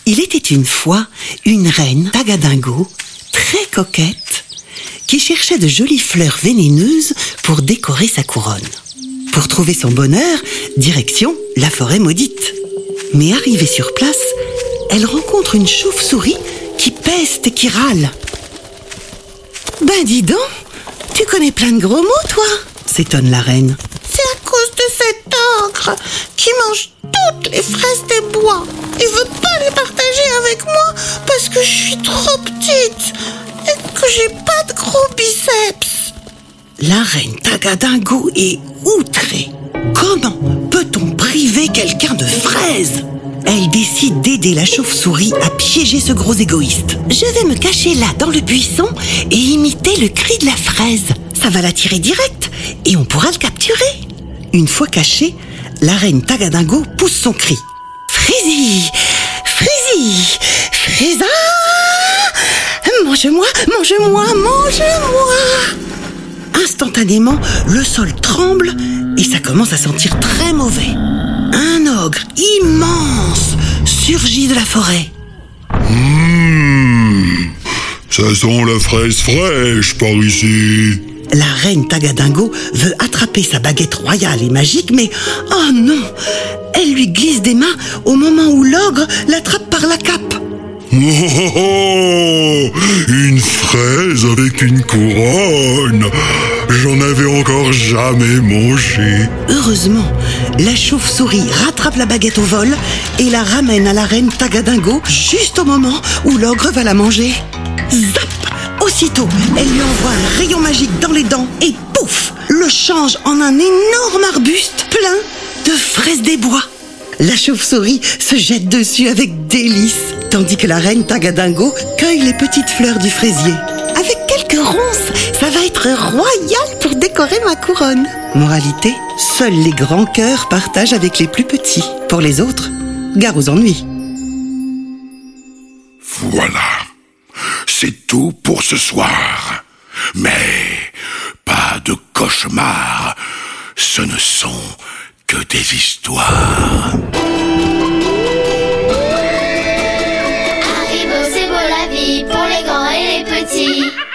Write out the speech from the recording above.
Il était une fois une reine tagadingo, très coquette, qui cherchait de jolies fleurs vénéneuses pour décorer sa couronne. Pour trouver son bonheur, direction la forêt maudite. Mais arrivée sur place, elle rencontre une chauve-souris qui peste et qui râle. « Ben dis donc, tu connais plein de gros mots, toi ?» s'étonne la reine. « C'est à cause de cet ogre qui mange toutes les fraises des bois. Il veut pas les partager avec moi parce que je suis trop petite et que j'ai pas de gros biceps. » La reine tagadingo est outrée. Comment peut-on priver quelqu'un de fraises ? Elle décide d'aider la chauve-souris à piéger ce gros égoïste. « Je vais me cacher là dans le buisson et imiter le cri de la fraise. Ça va l'attirer direct et on pourra le capturer. » Une fois cachée, la reine tagadingo pousse son cri. « Frézy, Frézy, Fréza, mange-moi, mange-moi, mange-moi !» Instantanément, le sol tremble et ça commence à sentir très mauvais. Un ogre immense surgit de la forêt. Ça sent la fraise fraîche par ici. La reine tagadingo veut attraper sa baguette royale et magique, mais oh non, elle lui glisse des mains au moment où l'ogre l'attrape par la cape. Oh, une fraise avec une couronne. J'en avais encore jamais mangé. Heureusement, la chauve-souris rattrape la baguette au vol et la ramène à la reine tagadingo juste au moment où l'ogre va la manger. Zap! Aussitôt, elle lui envoie un rayon magique dans les dents et pouf! Le change en un énorme arbuste plein de fraises des bois. La chauve-souris se jette dessus avec délice, tandis que la reine tagadingo cueille les petites fleurs du fraisier. Avec quelques ronces, ça va être royal pour décorer ma couronne. Moralité, seuls les grands cœurs partagent avec les plus petits. Pour les autres, gare aux ennuis. Voilà, c'est tout pour ce soir. Mais pas de cauchemars, ce ne sont que des histoires. Haribo, c'est beau la vie pour les grands et les petits.